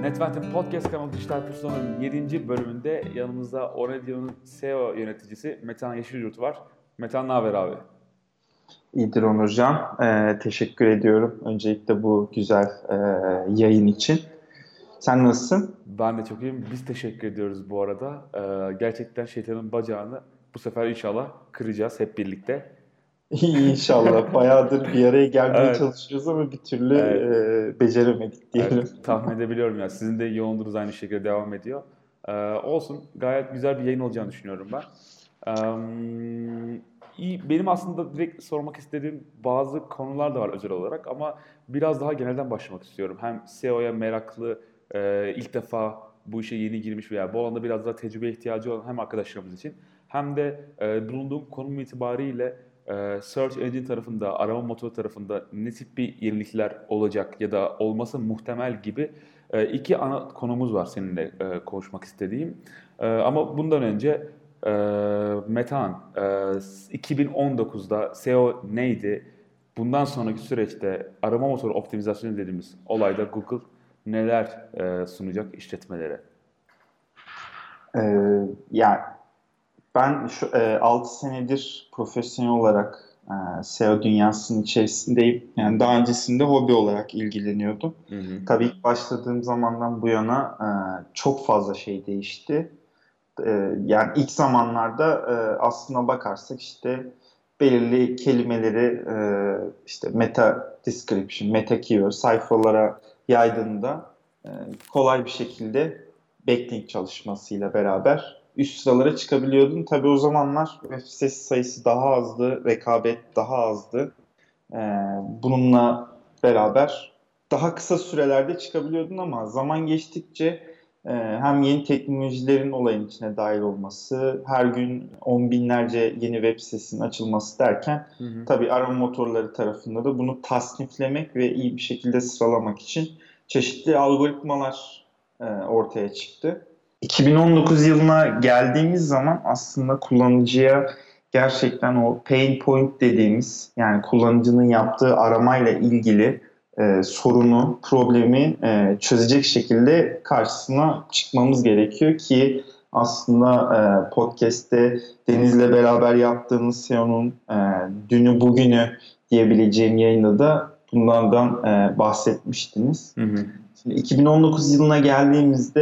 Netventing Podcast kanalı Dijital Pusula'nın 7. bölümünde yanımızda Onedio'nun SEO yöneticisi Metehan Yeşilyurt var. Metehan, ne haber abi? İyidir Onurcan. Teşekkür ediyorum öncelikle bu güzel yayın için. Sen nasılsın? Ben de çok iyiyim. Biz teşekkür ediyoruz bu arada. Gerçekten şeytanın bacağını bu sefer inşallah kıracağız hep birlikte. İnşallah. Bayağıdır bir araya gelmeye Evet, çalışıyoruz ama bir türlü evet, beceremedik evet. diyelim. Tahmin edebiliyorum ya. Sizin de yoğunluğunuz aynı şekilde devam ediyor. Olsun. Gayet güzel bir yayın olacağını düşünüyorum ben. Benim aslında direkt sormak istediğim bazı konular da var özel olarak ama biraz daha genelden başlamak istiyorum. Hem SEO'ya meraklı, ilk defa bu işe yeni girmiş veya bu alanda biraz daha tecrübe ihtiyacı olan hem arkadaşlarımız için hem de bulunduğum konum itibariyle Search Engine tarafında, arama motoru tarafında ne tip bir yenilikler olacak ya da olması muhtemel gibi iki ana konumuz var seninle konuşmak istediğim. Ama bundan önce Metehan, 2019'da SEO neydi? Bundan sonraki süreçte arama motoru optimizasyonu dediğimiz olayda Google neler sunacak işletmelere? E, Yani ben 6 senedir profesyonel olarak SEO dünyasının içerisindeyim. Yani daha öncesinde hobi olarak ilgileniyordum. Hı hı. Tabii ilk başladığım zamandan bu yana çok fazla şey değişti. Yani ilk zamanlarda aslına bakarsak işte belirli kelimeleri işte meta description, meta keyword sayfalara yaydığında e, kolay bir şekilde backlink çalışmasıyla beraber üst sıralara çıkabiliyordun. Tabii o zamanlar web sitesi sayısı daha azdı, rekabet daha azdı. Ee, Bununla beraber daha kısa sürelerde çıkabiliyordun ama zaman geçtikçe hem yeni teknolojilerin olayın içine dahil olması, her gün on binlerce yeni web sitesinin açılması derken Hı hı. tabii arama motorları tarafında da bunu tasniflemek ve iyi bir şekilde sıralamak için çeşitli algoritmalar ortaya çıktı. 2019 yılına geldiğimiz zaman aslında kullanıcıya gerçekten o pain point dediğimiz yani kullanıcının yaptığı aramayla ilgili sorunu, problemi çözecek şekilde karşısına çıkmamız gerekiyor ki aslında podcast'te Deniz'le beraber yaptığımız SEO'nun dünü bugünü diyebileceğim yayında da bunlardan bahsetmiştiniz. Hı hı. Şimdi 2019 yılına geldiğimizde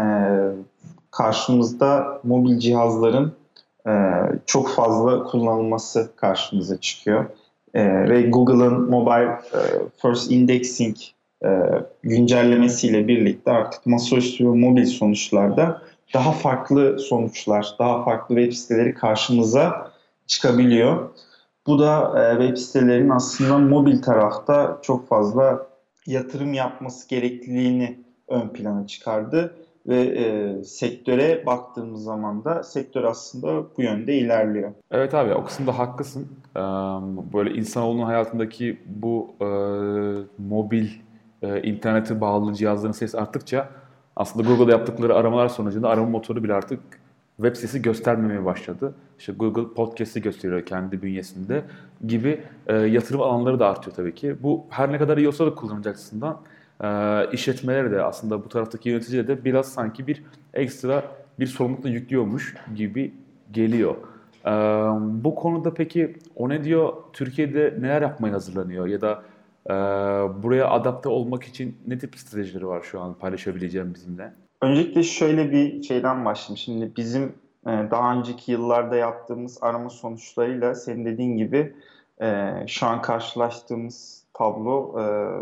karşımızda mobil cihazların çok fazla kullanılması karşımıza çıkıyor. Ve Google'ın Mobile First Indexing güncellemesiyle birlikte artık masaüstü ve mobil sonuçlarda daha farklı sonuçlar, daha farklı web siteleri karşımıza çıkabiliyor. Bu da web sitelerinin aslında mobil tarafta çok fazla yatırım yapması gerekliliğini ön plana çıkardı ve sektöre baktığımız zaman da sektör aslında bu yönde ilerliyor. Evet abi, o kısımda haklısın. Böyle insanoğlunun hayatındaki bu mobil internete bağlı cihazların sayısı arttıkça aslında Google'da yaptıkları aramalar sonucunda arama motoru bile artık web sitesi göstermemeye başladı. İşte Google Podcast'i gösteriyor kendi bünyesinde gibi yatırım alanları da artıyor tabii ki. Bu her ne kadar iyi olsa da kullanıcı açısından işletmelere de aslında bu taraftaki yöneticilere de biraz sanki bir ekstra bir sorumluluk da yüklüyormuş gibi geliyor. Ee, Bu konuda peki Onedio Türkiye'de neler yapmaya hazırlanıyor ya da buraya adapte olmak için ne tip stratejileri var şu an paylaşabileceğim bizimle? Öncelikle şöyle bir şeyden başlayayım. Şimdi bizim daha önceki yıllarda yaptığımız arama sonuçlarıyla senin dediğin gibi şu an karşılaştığımız tablo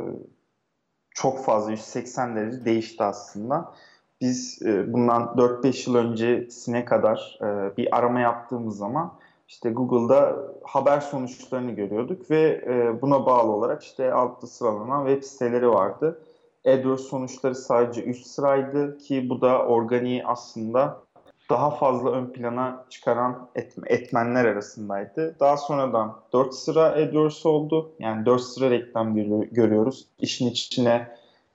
çok fazla 180 derece değişti aslında. Biz bundan 4-5 yıl öncesine kadar bir arama yaptığımız zaman işte Google'da haber sonuçlarını görüyorduk ve buna bağlı olarak işte altta sıralanan web siteleri vardı. AdWords sonuçları sadece üst sıraydı ki bu da organiği aslında daha fazla ön plana çıkaran etmenler arasındaydı. Daha sonradan 4 sıra AdWords oldu. Yani 4 sıra reklam görüyoruz. İşin içine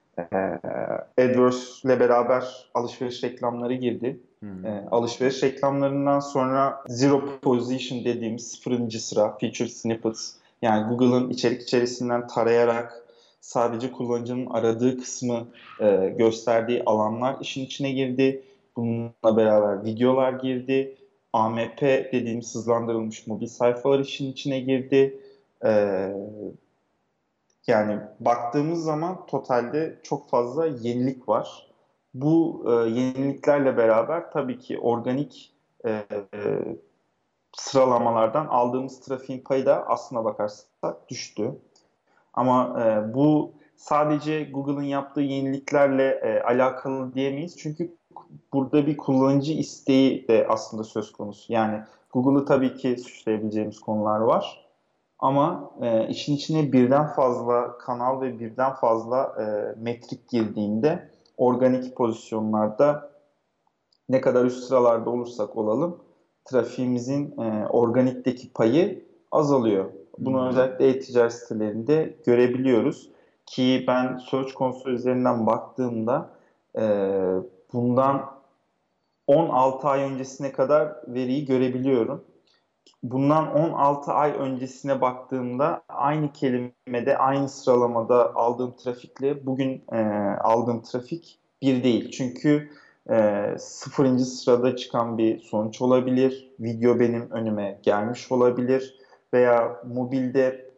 AdWords ile beraber alışveriş reklamları girdi. Hmm. Alışveriş reklamlarından sonra Zero Position dediğimiz sıfırıncı sıra Featured Snippets, yani Google'ın içerik içerisinden tarayarak sadece kullanıcının aradığı kısmı gösterdiği alanlar işin içine girdi. Bununla beraber videolar girdi. AMP dediğimiz hızlandırılmış mobil sayfalar işin içine girdi. E, Yani baktığımız zaman totalde çok fazla yenilik var. Bu yeniliklerle beraber tabii ki organik e, e, sıralamalardan aldığımız trafiğin payı da aslına bakarsak düştü. Ama bu sadece Google'ın yaptığı yeniliklerle alakalı diyemeyiz. Çünkü burada bir kullanıcı isteği de aslında söz konusu. Yani Google'ı tabii ki suçlayabileceğimiz konular var. Ama işin içine birden fazla kanal ve birden fazla metrik girdiğinde organik pozisyonlarda ne kadar üst sıralarda olursak olalım trafiğimizin organikteki payı azalıyor. Hı Bunu hı. özellikle e-ticaret sitelerinde görebiliyoruz. Ki ben Search Console üzerinden baktığımda e, bundan 16 ay öncesine kadar veriyi görebiliyorum. Bundan 16 ay öncesine baktığımda aynı kelimede, aynı sıralamada aldığım trafikle bugün aldığım trafik bir değil. Çünkü 0. sırada çıkan bir sonuç olabilir, video benim önüme gelmiş olabilir veya mobilde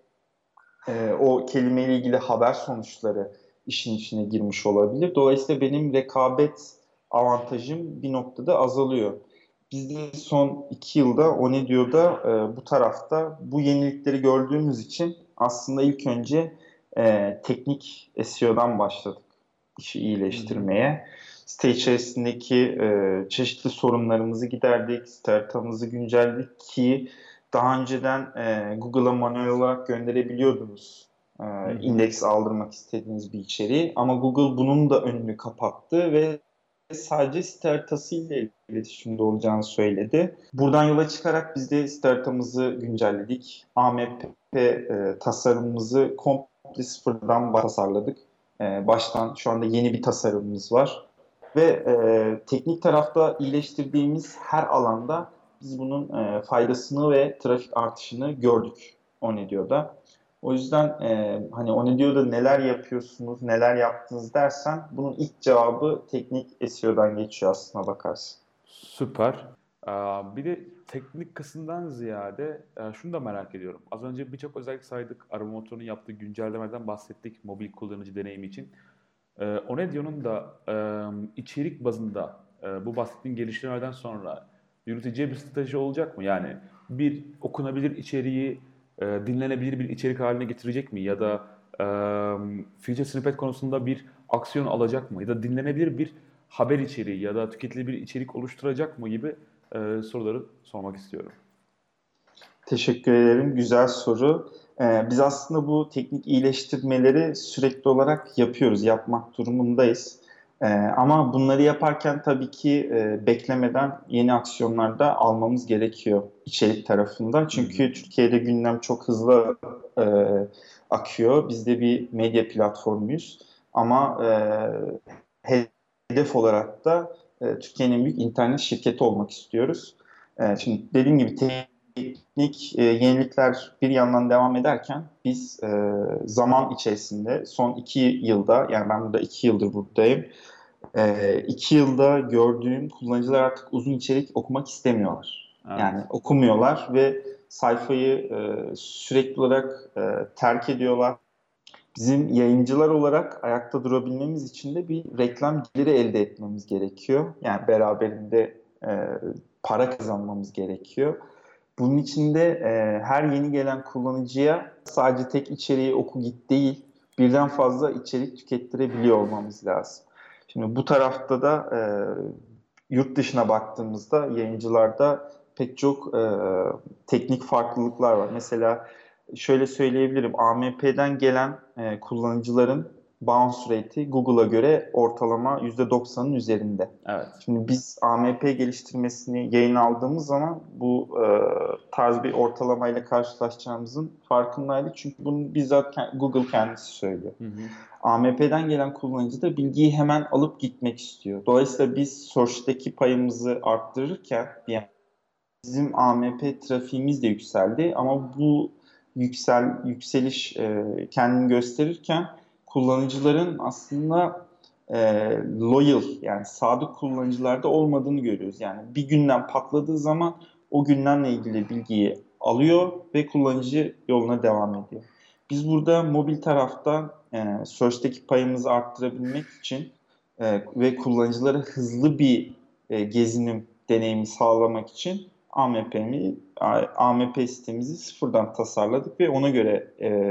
o kelimeyle ilgili haber sonuçları işin içine girmiş olabilir. Dolayısıyla benim rekabet avantajım bir noktada azalıyor. Biz de son 2 yılda o ne diyor da bu tarafta bu yenilikleri gördüğümüz için aslında ilk önce teknik SEO'dan başladık işi Hı hı. iyileştirmeye. Site içerisindeki çeşitli sorunlarımızı giderdik, site haritamızı güncelledik ki daha önceden Google'a manuel olarak gönderebiliyordunuz Hı hı. indeks aldırmak istediğiniz bir içeriği. Ama Google bunun da önünü kapattı ve sadece site haritasıyla iletişimde olacağını söyledi. Buradan yola çıkarak biz de site haritamızı güncelledik. AMP tasarımımızı komple sıfırdan tasarladık. Baştan şu anda yeni bir tasarımımız var. Ve teknik tarafta iyileştirdiğimiz her alanda biz bunun faydasını ve trafik artışını gördük Onedio'da. O yüzden hani Onedio'da neler yapıyorsunuz, neler yaptınız dersen bunun ilk cevabı teknik SEO'dan geçiyor aslına bakarsın. Süper. Bir de teknik kısımdan ziyade şunu da merak ediyorum. Az önce birçok özellik saydık. Arama motorunun yaptığı güncellemeden bahsettik mobil kullanıcı deneyimi için. Onedio'nun da içerik bazında bu bahsettiğin geliştirmelerden sonra yürüteceği bir strateji olacak mı? Yani bir okunabilir içeriği dinlenebilir bir içerik haline getirecek mi? Ya da e, feature snippet konusunda bir aksiyon alacak mı? Ya da dinlenebilir bir haber içeriği ya da tüketilebilir içerik oluşturacak mı gibi soruları sormak istiyorum. Teşekkür ederim. Güzel soru. Biz aslında bu teknik iyileştirmeleri sürekli olarak yapıyoruz, yapmak durumundayız. Ama bunları yaparken tabii ki beklemeden yeni aksiyonlar da almamız gerekiyor içerik tarafında. Hı hı. Çünkü Türkiye'de gündem çok hızlı e, akıyor. Biz de bir medya platformuyuz. Ama hedef olarak da Türkiye'nin en büyük internet şirketi olmak istiyoruz. Şimdi dediğim gibi teknik yenilikler bir yandan devam ederken biz zaman içerisinde son 2 yılda yani ben burada 2 yıldır buradayım. 2 yılda gördüğüm kullanıcılar artık uzun içerik okumak istemiyorlar. Yani Evet. okumuyorlar ve sayfayı sürekli olarak terk ediyorlar. Bizim yayıncılar olarak ayakta durabilmemiz için de bir reklam geliri elde etmemiz gerekiyor. Yani beraberinde para kazanmamız gerekiyor. Bunun için de her yeni gelen kullanıcıya sadece tek içeriği oku git değil, birden fazla içerik tükettirebiliyor olmamız lazım. Şimdi bu tarafta da yurt dışına baktığımızda yayıncılarda pek çok teknik farklılıklar var. Mesela şöyle söyleyebilirim, AMP'den gelen kullanıcıların bounce rate'i Google'a göre ortalama %90'ın üzerinde. Evet. Şimdi biz AMP geliştirmesini yayın aldığımız zaman bu tarz bir ortalamayla karşılaşacağımızın farkındaydık. Çünkü bunu bizzat Google kendisi söylüyor. Hı hı. AMP'den gelen kullanıcı da bilgiyi hemen alıp gitmek istiyor. Dolayısıyla biz search'teki payımızı arttırırken yani bizim AMP trafiğimiz de yükseldi ama bu yükseliş kendini gösterirken kullanıcıların aslında loyal, yani sadık kullanıcılarda olmadığını görüyoruz. Yani bir gündem patladığı zaman o gündemle ilgili bilgiyi alıyor ve kullanıcı yoluna devam ediyor. Biz burada mobil tarafta search'teki payımızı arttırabilmek için ve kullanıcılara hızlı bir gezinim deneyimi sağlamak için AMP sitemizi sıfırdan tasarladık ve ona göre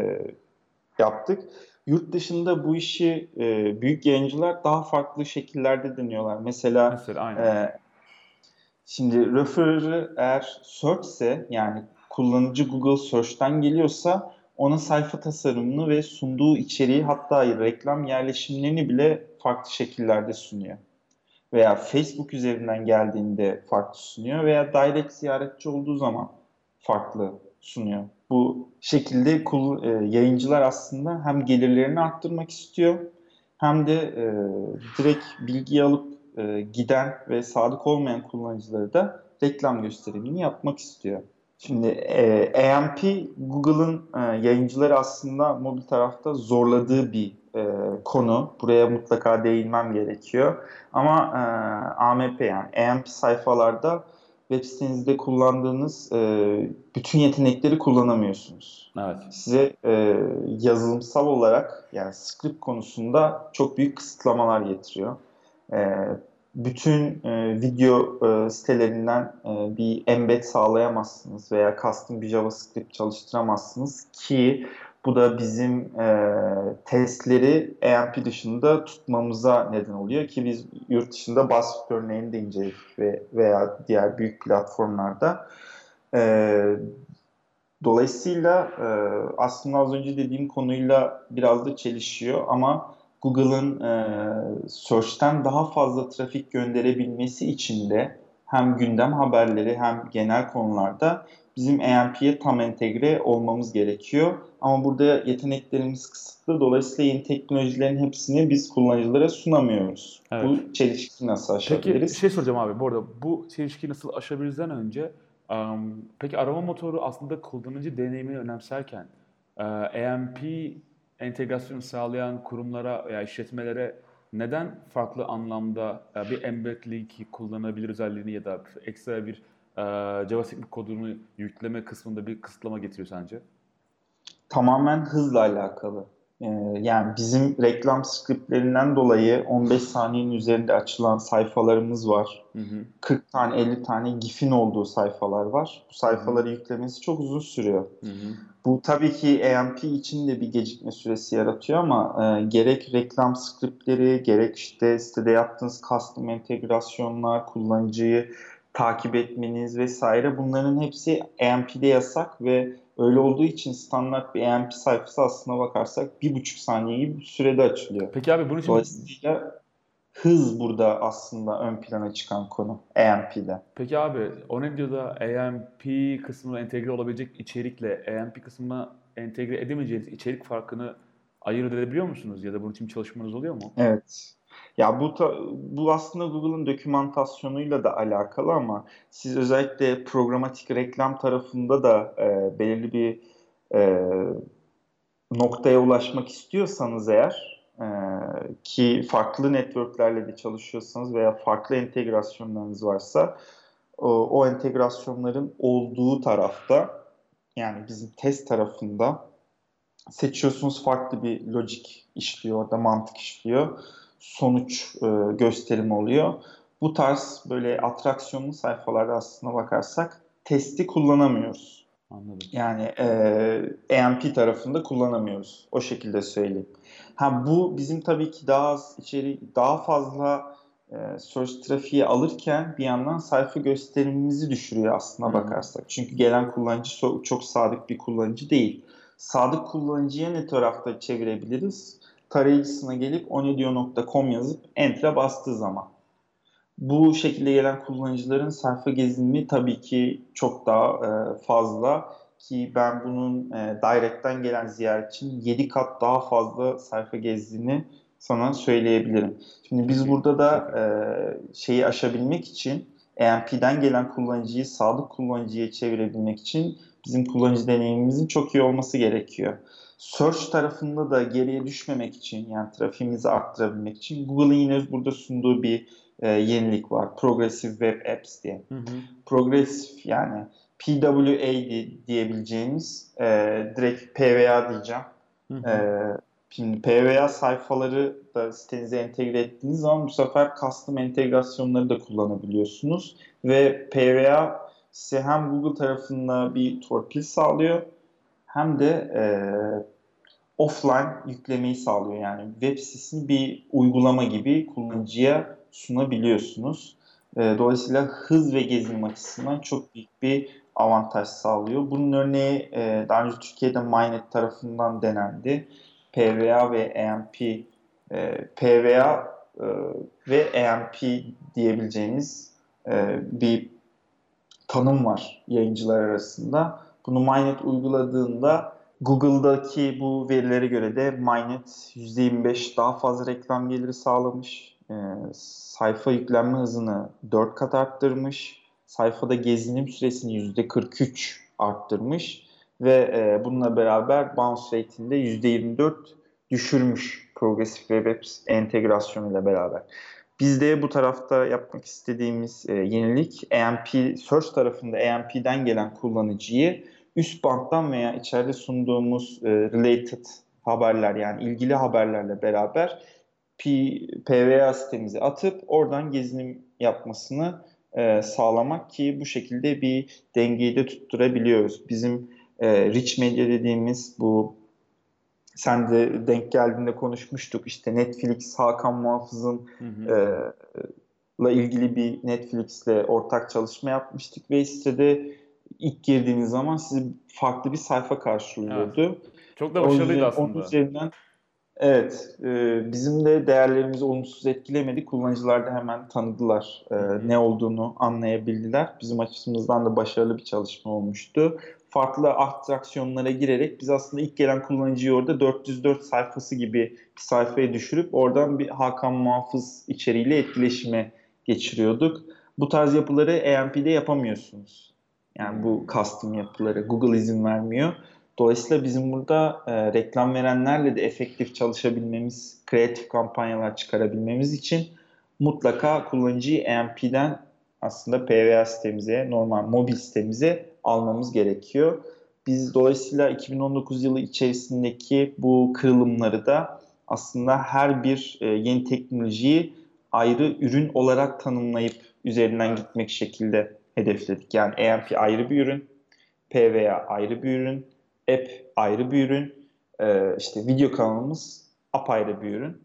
yaptık. Yurt dışında bu işi büyük yayıncılar daha farklı şekillerde deniyorlar. Mesela Mesela aynen. şimdi referr'ı eğer search ise, yani kullanıcı Google Search'ten geliyorsa, ona sayfa tasarımını ve sunduğu içeriği, hatta reklam yerleşimlerini bile farklı şekillerde sunuyor. Veya Facebook üzerinden geldiğinde farklı sunuyor veya direct ziyaretçi olduğu zaman farklı sunuyor. Bu şekilde yayıncılar aslında hem gelirlerini arttırmak istiyor hem de direkt bilgiyi alıp giden ve sadık olmayan kullanıcıları da reklam gösterimini yapmak istiyor. Şimdi AMP, Google'ın yayıncıları aslında mobil tarafta zorladığı bir konu. Buraya mutlaka değinmem gerekiyor. Ama AMP, yani AMP sayfalarda web sitenizde kullandığınız bütün yetenekleri kullanamıyorsunuz. Evet. Size yazılımsal olarak, yani script konusunda çok büyük kısıtlamalar getiriyor. E, Bütün video sitelerinden bir embed sağlayamazsınız veya custom bir JavaScript çalıştıramazsınız ki bu da bizim testleri AMP dışında tutmamıza neden oluyor ki biz yurt dışında BuzzFeed örneğini de inceledik veya diğer büyük platformlarda. E, Dolayısıyla aslında az önce dediğim konuyla biraz da çelişiyor ama Google'ın Search'ten daha fazla trafik gönderebilmesi için de hem gündem haberleri hem genel konularda bizim AMP'ye tam entegre olmamız gerekiyor. Ama burada yeteneklerimiz kısıtlı. Dolayısıyla yeni teknolojilerin hepsini biz kullanıcılara sunamıyoruz. Evet. Bu çelişkiyi nasıl Peki bir aşabiliriz? şey soracağım abi. Bu arada bu çelişkiyi nasıl aşabilirizden önce peki arama motoru aslında kullanıcı deneyimini önemserken AMP entegrasyonu sağlayan kurumlara veya işletmelere neden farklı anlamda bir embed link kullanabilir özelliğini ya da ekstra bir JavaScript kodunu yükleme kısmında bir kısıtlama getiriyor sence? Tamamen hızla alakalı. Yani bizim reklam skriptlerinden dolayı 15 saniyenin üzerinde açılan sayfalarımız var. Hı hı. 40 tane 50 tane GIF'in olduğu sayfalar var. Bu Hı hı. sayfaları yüklemesi çok uzun sürüyor. Hı hı. Bu tabii ki AMP için de bir gecikme süresi yaratıyor ama gerek reklam skriptleri, gerek işte sitede yaptığınız custom entegrasyonlar, kullanıcıyı takip etmeniz vesaire, bunların hepsi AMP'de yasak ve öyle olduğu için standart bir AMP sayfası aslına bakarsak 1,5 saniye gibi bir sürede açılıyor. Peki abi bunun için Dolayısıyla hız burada aslında ön plana çıkan konu AMP'de. Peki abi o ne diyor da AMP kısmına entegre olabilecek içerikle AMP kısmına entegre edemeyeceğiniz içerik farkını ayırt edebiliyor musunuz? Ya da bunun için bir çalışmanız oluyor mu? Evet. Ya bu aslında Google'ın dokümantasyonuyla da alakalı ama siz özellikle programatik reklam tarafında da belirli bir e, noktaya ulaşmak istiyorsanız eğer, ki farklı networklerle de çalışıyorsanız veya farklı entegrasyonlarınız varsa, o entegrasyonların olduğu tarafta, yani bizim test tarafında seçiyorsunuz, farklı bir lojik işliyor, orada mantık işliyor. Sonuç gösterimi oluyor. Bu tarz böyle atraksiyonlu sayfalarda aslına bakarsak testi kullanamıyoruz. Anladım. Yani AMP tarafında kullanamıyoruz. O şekilde söyleyeyim. Ha, bu bizim tabii ki daha az daha fazla search trafiği alırken bir yandan sayfa gösterimimizi düşürüyor Hı aslına hı. bakarsak. Çünkü gelen kullanıcı çok sadık bir kullanıcı değil. Sadık kullanıcıya ne tarafta çevirebiliriz? Tarayıcısına gelip onediyor.com yazıp Enter'a bastığı zaman. Bu şekilde gelen kullanıcıların sayfa gezinimi tabii ki çok daha fazla ki ben bunun direct'ten gelen ziyaretçinin 7 kat daha fazla sayfa gezdiğini sana söyleyebilirim. Şimdi biz Peki, burada da peki. şeyi aşabilmek için, AMP'den gelen kullanıcıyı sadık kullanıcıya çevirebilmek için bizim kullanıcı deneyimimizin çok iyi olması gerekiyor. Search tarafında da geriye düşmemek için, yani trafiğimizi arttırabilmek için Google'ın yine burada sunduğu bir yenilik var. Progressive Web Apps diye. Hı hı. Progressive, yani PWA diyebileceğimiz, direkt PWA diyeceğim. Hı E, hı. Şimdi PWA sayfaları da sitenize entegre ettiğiniz zaman bu sefer custom entegrasyonları da kullanabiliyorsunuz. Ve PWA size hem Google tarafında bir torpil sağlıyor, hem de offline yüklemeyi sağlıyor. Yani web sitesini bir uygulama gibi kullanıcıya sunabiliyorsunuz. Dolayısıyla hız ve gezinim açısından çok büyük bir avantaj sağlıyor. Bunun örneği daha önce Türkiye'de MyNet tarafından denendi. PWA ve AMP, PWA ve AMP diyebileceğimiz bir tanım var yayıncılar arasında. Bunu MyNet uyguladığında Google'daki bu verilere göre de MyNet %25 daha fazla reklam geliri sağlamış. Sayfa yüklenme hızını 4 kat arttırmış. Sayfada gezinim süresini %43 arttırmış. Ve bununla beraber bounce rate'ini de %24 düşürmüş Progressive Web Apps entegrasyonuyla beraber. Biz de bu tarafta yapmak istediğimiz yenilik, AMP Search tarafında AMP'den gelen kullanıcıyı üst banttan veya içeride sunduğumuz related haberler, yani ilgili haberlerle beraber PWA sitemize atıp oradan gezinim yapmasını sağlamak, ki bu şekilde bir dengeyi de tutturabiliyoruz. Bizim rich media dediğimiz, bu sen de denk geldiğinde konuşmuştuk. İşte Netflix, Hakan Muhafız'ın Hı hı. e, la ilgili bir Netflix'le ortak çalışma yapmıştık ve sitede ilk girdiğiniz zaman sizi farklı bir sayfa Evet. karşılıyordu. Çok da O başarılıydı yüzden onun aslında. üzerinden, evet, bizim de değerlerimizi olumsuz etkilemedi. Kullanıcılar da hemen tanıdılar, Hı hı. ne olduğunu anlayabildiler. Bizim açımızdan da başarılı bir çalışma olmuştu. Farklı atraksiyonlara girerek biz aslında ilk gelen kullanıcıyı orada 404 sayfası gibi bir sayfaya düşürüp oradan bir Hakan Muhafız içeriğiyle etkileşime geçiriyorduk. Bu tarz yapıları AMP'de yapamıyorsunuz. Yani bu Hmm. custom yapıları Google izin vermiyor. Dolayısıyla bizim burada reklam verenlerle de efektif çalışabilmemiz, kreatif kampanyalar çıkarabilmemiz için mutlaka kullanıcıyı AMP'den aslında PWA sitemize, normal mobil sitemize almamız gerekiyor. Biz dolayısıyla 2019 yılı içerisindeki bu kırılımları da aslında her bir yeni teknolojiyi ayrı ürün olarak tanımlayıp üzerinden Evet. gitmek şekilde hedefledik. Yani AMP ayrı bir ürün, PWA ayrı bir ürün, app ayrı bir ürün, işte video kanalımız apayrı bir ürün.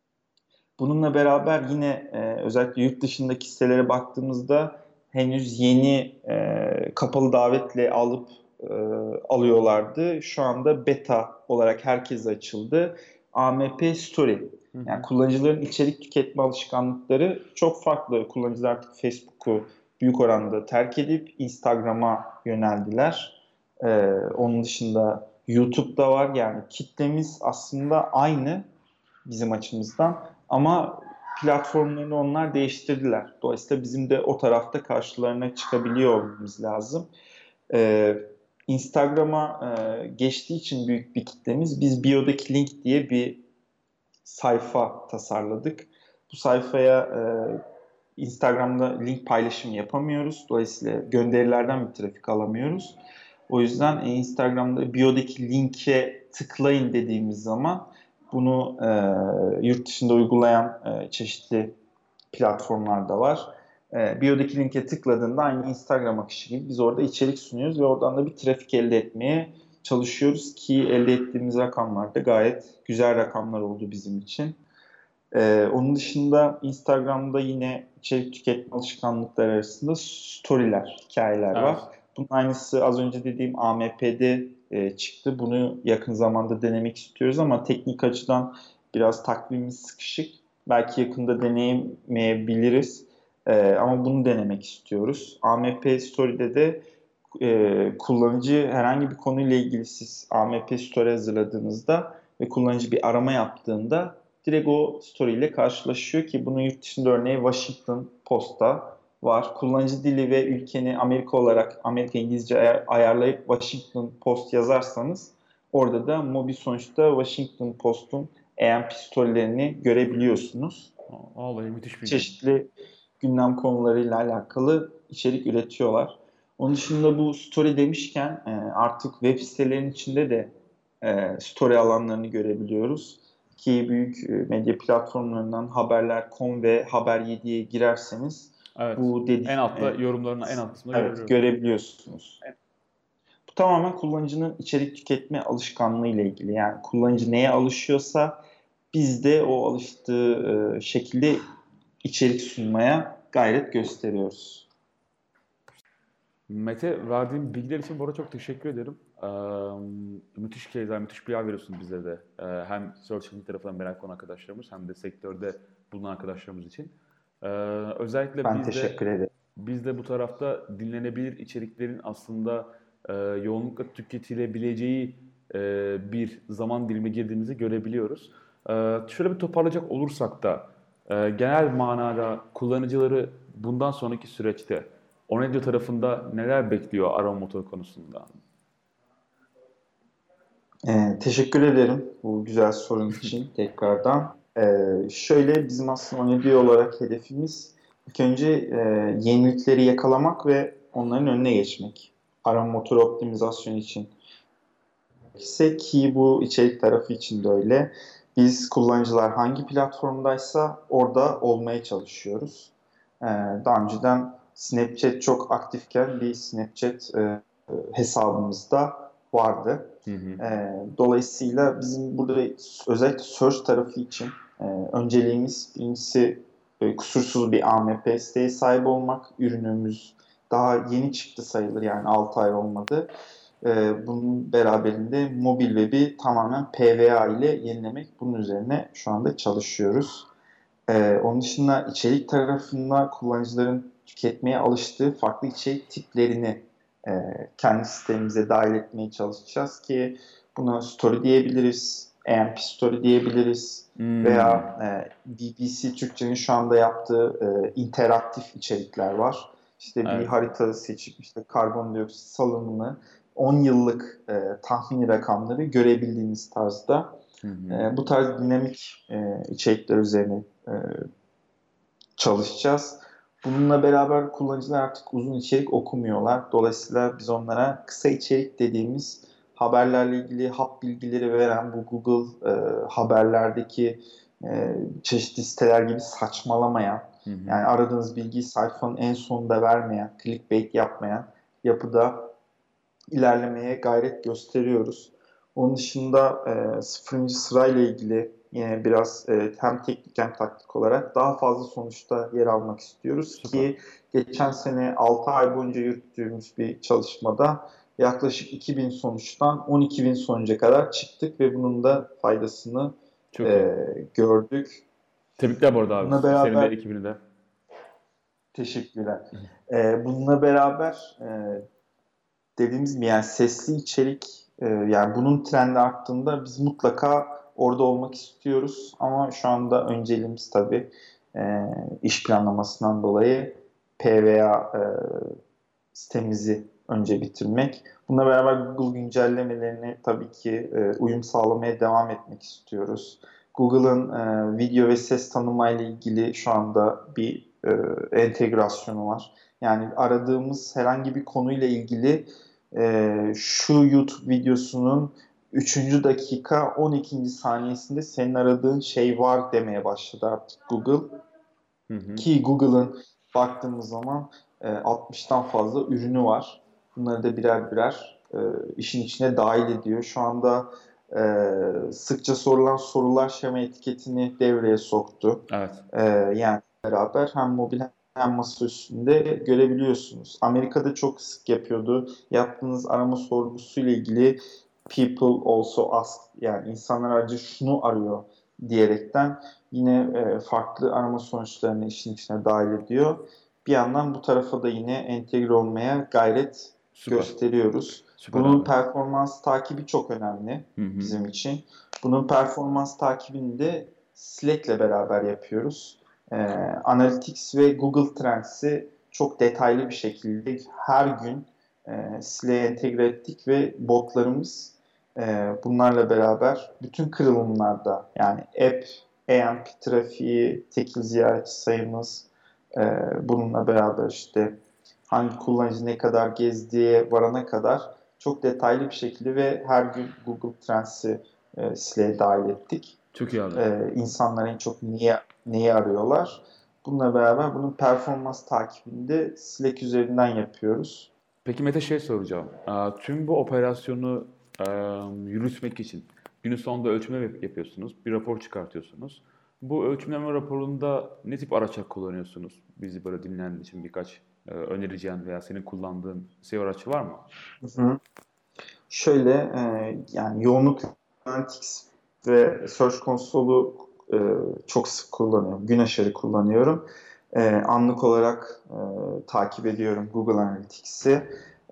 Bununla beraber yine özellikle yurt dışındaki sitelere baktığımızda henüz yeni kapalı davetle e, alıyorlardı. Şu anda beta olarak herkese açıldı. AMP Story. Hı Yani hı. kullanıcıların içerik tüketme alışkanlıkları çok farklı. Kullanıcılar artık Facebook'u büyük oranda terk edip Instagram'a yöneldiler. Onun dışında YouTube'da var. Yani kitlemiz aslında aynı bizim açımızdan, ama platformlarını onlar değiştirdiler. Dolayısıyla bizim de o tarafta karşılarına çıkabiliyor olmamız lazım. Ee, Instagram'a geçtiği için büyük bir kitlemiz, biz biodaki link diye bir sayfa tasarladık. Bu sayfaya Instagram'da link paylaşımı yapamıyoruz. Dolayısıyla gönderilerden bir trafik alamıyoruz. O yüzden Instagram'da biodaki linke tıklayın dediğimiz zaman bunu yurt dışında uygulayan çeşitli platformlar da var. Biodaki linke tıkladığında aynı Instagram akışı gibi biz orada içerik sunuyoruz ve oradan da bir trafik elde etmeye çalışıyoruz, ki elde ettiğimiz rakamlar da gayet güzel rakamlar oldu bizim için. Onun dışında Instagram'da yine içerik tüketme alışkanlıkları arasında storyler, hikayeler var. Evet. Bunun aynısı az önce dediğim AMP'de çıktı. Bunu yakın zamanda denemek istiyoruz ama teknik açıdan biraz takvimimiz sıkışık. Belki yakında deneyemeyebiliriz. Ama bunu denemek istiyoruz. AMP Story'de de kullanıcı herhangi bir konuyla ilgili siz AMP Story hazırladığınızda ve kullanıcı bir arama yaptığında direkt o story ile karşılaşıyor, ki bunun yurt dışında örneği Washington Post'ta var. Kullanıcı dili ve ülkeni Amerika olarak Amerika İngilizce ayarlayıp Washington Post yazarsanız Orada da mobil sonuçta Washington Post'un AM storylerini görebiliyorsunuz. Vallahi müthiş bilgi. Çeşitli gündem konularıyla alakalı içerik üretiyorlar. Onun dışında bu story demişken artık web sitelerinin içinde de story alanlarını görebiliyoruz. Ki büyük medya platformlarından Haberler.com ve Haber7'ye girerseniz Evet. bu En altta yorumlarının en alt kısmında evet, görebiliyoruz. görebiliyorsunuz. Bu tamamen kullanıcının içerik tüketme alışkanlığı ile ilgili. Yani kullanıcı neye alışıyorsa biz de o alıştığı şekilde içerik sunmaya gayret gösteriyoruz. Mete, verdiğin bilgiler için bu arada çok teşekkür ederim. Müthiş keyifler, müthiş bir yer veriyorsun bize de. Hem Search Engine tarafından merak olan arkadaşlarımız hem de sektörde bulunan arkadaşlarımız için. Özellikle Ben teşekkür ederim. biz de bu tarafta dinlenebilir içeriklerin aslında yoğunlukla tüketilebileceği bir zaman dilimi girdiğimizi görebiliyoruz. Şöyle bir toparlayacak olursak da genel manada kullanıcıları bundan sonraki süreçte Onedyo tarafında neler bekliyor arama motoru konusunda? Teşekkür ederim bu güzel sorun için tekrardan. Şöyle bizim aslında Onedyo olarak hedefimiz ilk önce yenilikleri yakalamak ve onların önüne geçmek. Arama motoru optimizasyonu için ise ki bu içerik tarafı için de öyle. Biz kullanıcılar hangi platformdaysa orada olmaya çalışıyoruz. Daha önceden Snapchat çok aktifken bir Snapchat hesabımızda vardı. Hı hı. Dolayısıyla bizim burada özellikle search tarafı için önceliğimiz birincisi kusursuz bir AMP siteye sahip olmak. Ürünümüz daha yeni çıktı sayılır, yani 6 ay olmadı. Bunun beraberinde mobil web'i tamamen PWA ile yenilemek. Bunun üzerine şu anda çalışıyoruz. Onun dışında içerik tarafında kullanıcıların tüketmeye alıştığı farklı içerik tiplerini kendi sistemimize dahil etmeye çalışacağız ki buna story diyebiliriz, AMP story diyebiliriz veya BBC Türkçe'nin şu anda yaptığı interaktif içerikler var. İşte bir Evet. harita seçip işte karbondioksit salınımını 10 yıllık tahmini rakamları görebildiğiniz tarzda bu tarz dinamik içerikler üzerine çalışacağız. Bununla beraber kullanıcılar artık uzun içerik okumuyorlar. Dolayısıyla biz onlara kısa içerik dediğimiz haberlerle ilgili hap bilgileri veren bu Google haberlerdeki çeşitli siteler gibi saçmalamayan, yani aradığınız bilgiyi sayfanın en sonunda vermeyen, clickbait yapmayan yapıda ilerlemeye gayret gösteriyoruz. Onun dışında 0. sırayla ilgili yine biraz hem teknik hem taktik olarak daha fazla sonuçta yer almak istiyoruz. Süper. Ki geçen sene 6 ay boyunca yürüttüğümüz bir çalışmada yaklaşık 2000 sonuçtan 12.000 sonuca kadar çıktık ve bunun da faydasını Çok iyi. gördük. Tebrikler bu arada abi. Bununla Senin de beraber ekibini de. teşekkürler. Bununla beraber dediğimiz gibi yani sesli içerik, yani bunun trendi arttığında biz mutlaka orada olmak istiyoruz. Ama şu anda önceliğimiz tabii iş planlamasından dolayı PWA sitemizi önce bitirmek. Bununla beraber Google güncellemelerine tabii ki uyum sağlamaya devam etmek istiyoruz. Google'ın video ve ses tanımayla ilgili şu anda bir entegrasyonu var. Yani aradığımız herhangi bir konuyla ilgili şu YouTube videosunun 3. dakika 12. saniyesinde senin aradığın şey var demeye başladı artık Google. Ki Google'ın baktığımız zaman 60'tan fazla ürünü var. Bunları da birer birer işin içine dahil ediyor. Şu anda sıkça sorulan sorular şema etiketini devreye soktu. Evet. Yani beraber hem mobil hem masa üstünde görebiliyorsunuz. Amerika'da çok sık yapıyordu. Yaptığınız arama sorgusuyla ilgili people also ask, yani insanlar ayrıca şunu arıyor diyerekten yine farklı arama sonuçlarını işin içine dahil ediyor. Bir yandan bu tarafa da yine entegre olmaya gayret gösteriyoruz. Süper Bunun abi. performans takibi çok önemli bizim için. Bunun performans takibini de Slack'le beraber yapıyoruz. Analytics ve Google Trends'i çok detaylı bir şekilde her gün Slack'e entegre ettik ve botlarımız Bunlarla beraber bütün kırılımlarda yani app, AMP trafiği, tekil ziyaretçi sayımız, bununla beraber işte hangi kullanıcı ne kadar gezdiğe varana kadar çok detaylı bir şekilde ve her gün Google Trends'i Slack'e dahil ettik. Çok iyi abi. İnsanlar en çok neyi arıyorlar? Bununla beraber bunun performans takibini de Slack üzerinden yapıyoruz. Peki Mete şey soracağım. Tüm bu operasyonu yürütmek için günün sonunda ölçümleme yapıyorsunuz. Bir rapor çıkartıyorsunuz. Bu ölçümleme raporunda ne tip araçlar kullanıyorsunuz? Bizi böyle dinleyen için birkaç önereceğin veya senin kullandığın SEO araçı var mı? Hı hı. Şöyle yani yoğunluk Analytics ve Search Console'u çok sık kullanıyorum. Gün aşırı kullanıyorum. Anlık olarak takip ediyorum Google Analytics'i.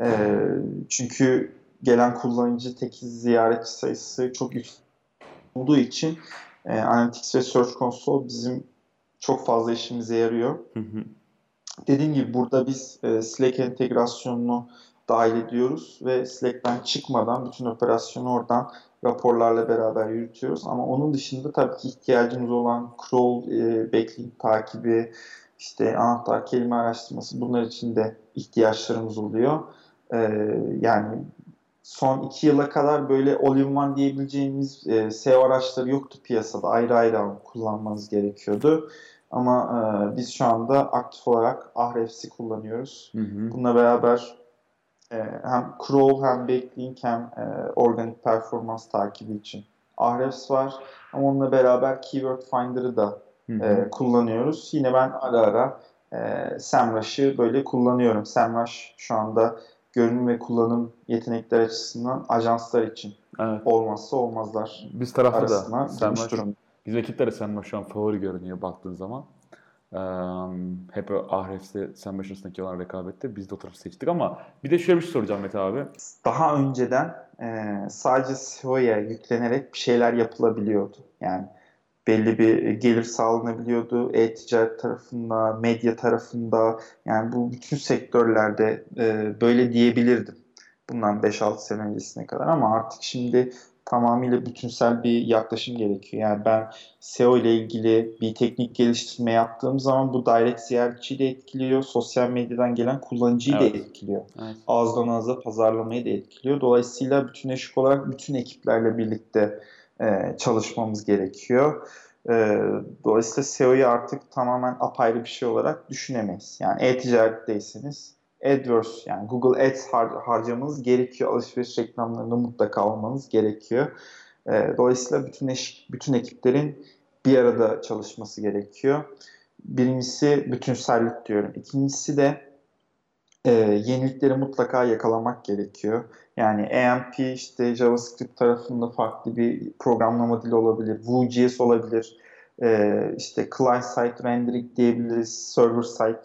Çünkü gelen kullanıcı tekil ziyaretçi sayısı çok yüksek olduğu için Analytics ve Search Console bizim çok fazla işimize yarıyor. Hı hı. Dediğim gibi burada biz Slack entegrasyonunu dahil ediyoruz ve Slack'ten çıkmadan bütün operasyonu oradan raporlarla beraber yürütüyoruz. Ama onun dışında tabii ki ihtiyacımız olan crawl, backlink takibi, işte anahtar kelime araştırması bunlar için de ihtiyaçlarımız oluyor. E, Yani son 2 yıla kadar böyle all-in-one diyebileceğimiz SEO araçları yoktu piyasada. Ayrı ayrı kullanmanız gerekiyordu. Ama biz şu anda aktif olarak Ahrefs'i kullanıyoruz. Hı hı. Bununla beraber hem crawl hem backlink hem organik performans takibi için Ahrefs var. Ama onunla beraber Keyword Finder'ı da Hı hı. kullanıyoruz. Yine ben ara ara SEMrush'ı böyle kullanıyorum. SEMrush şu anda görünüm ve kullanım yetenekleri açısından ajanslar için Evet. olmazsa olmazlar Biz tarafta da arasına girmiş Semrush, durumda. biz ekiplere Semrush şu an favori görünüyor baktığın zaman. Ee, Hep Ahrefs'te Semrush arasındaki olan rekabette biz de o tarafı seçtik ama bir de şöyle bir şey soracağım Mete abi. Daha önceden sadece SEO'ya yüklenerek bir şeyler yapılabiliyordu. Yani belli bir gelir sağlanabiliyordu. E-ticaret tarafında, medya tarafında yani bu bütün sektörlerde böyle diyebilirdim. Bundan 5-6 sene öncesine kadar ama artık şimdi tamamıyla bütünsel bir yaklaşım gerekiyor. Yani ben SEO ile ilgili bir teknik geliştirme yaptığım zaman bu direct ziyaretçiyi de etkiliyor, sosyal medyadan gelen kullanıcıyı da Evet. etkiliyor. Evet. Ağızdan ağza pazarlamayı da etkiliyor. Dolayısıyla bütünleşik olarak bütün ekiplerle birlikte çalışmamız gerekiyor. Dolayısıyla SEO'yu artık tamamen apayrı bir şey olarak düşünemeyiz. Yani e-ticaretteyseniz AdWords yani Google Ads harcamanız gerekiyor. Alışveriş reklamlarını mutlaka almanız gerekiyor. Dolayısıyla bütün ekiplerin bir arada çalışması gerekiyor. Birincisi bütünsellik diyorum. İkincisi de yenilikleri mutlaka yakalamak gerekiyor. Yani AMP işte JavaScript tarafında farklı bir programlama dili olabilir. Vue.js olabilir. İşte client side rendering diyebiliriz. Server side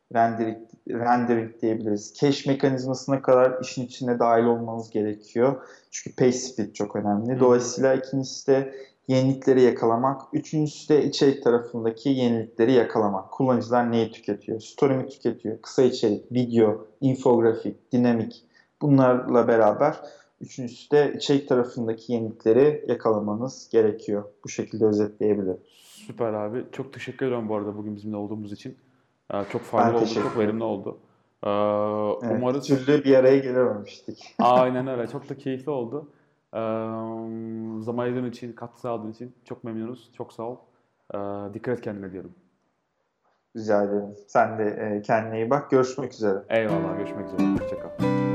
rendering diyebiliriz. Cache mekanizmasına kadar işin içine dahil olmanız gerekiyor. Çünkü page speed çok önemli. Hı hı. Dolayısıyla ikincisi de yenilikleri yakalamak. Üçüncüsü de içerik tarafındaki yenilikleri yakalamak. Kullanıcılar neyi tüketiyor? Story mi tüketiyor? Kısa içerik, video, infografik, dinamik. Bunlarla beraber üçüncüsü de içerik tarafındaki yenilikleri yakalamanız gerekiyor. Bu şekilde özetleyebilirim. Süper abi. Çok teşekkür ederim bu arada bugün bizimle olduğumuz için. Çok Ben faydalı oldu, çok teşekkür verimli ederim. oldu. Evet, bir Umarız türlü bir araya gelememiştik. aynen öyle. Çok da keyifli oldu. Ee, Zaman ayırdığın için, katkı sağladığın için çok memnunuz. Çok sağ ol. Dikkat et kendine diyorum. Rica ederim. Sen de kendine iyi bak. Görüşmek üzere. Eyvallah. Görüşmek üzere. Hoşça kal.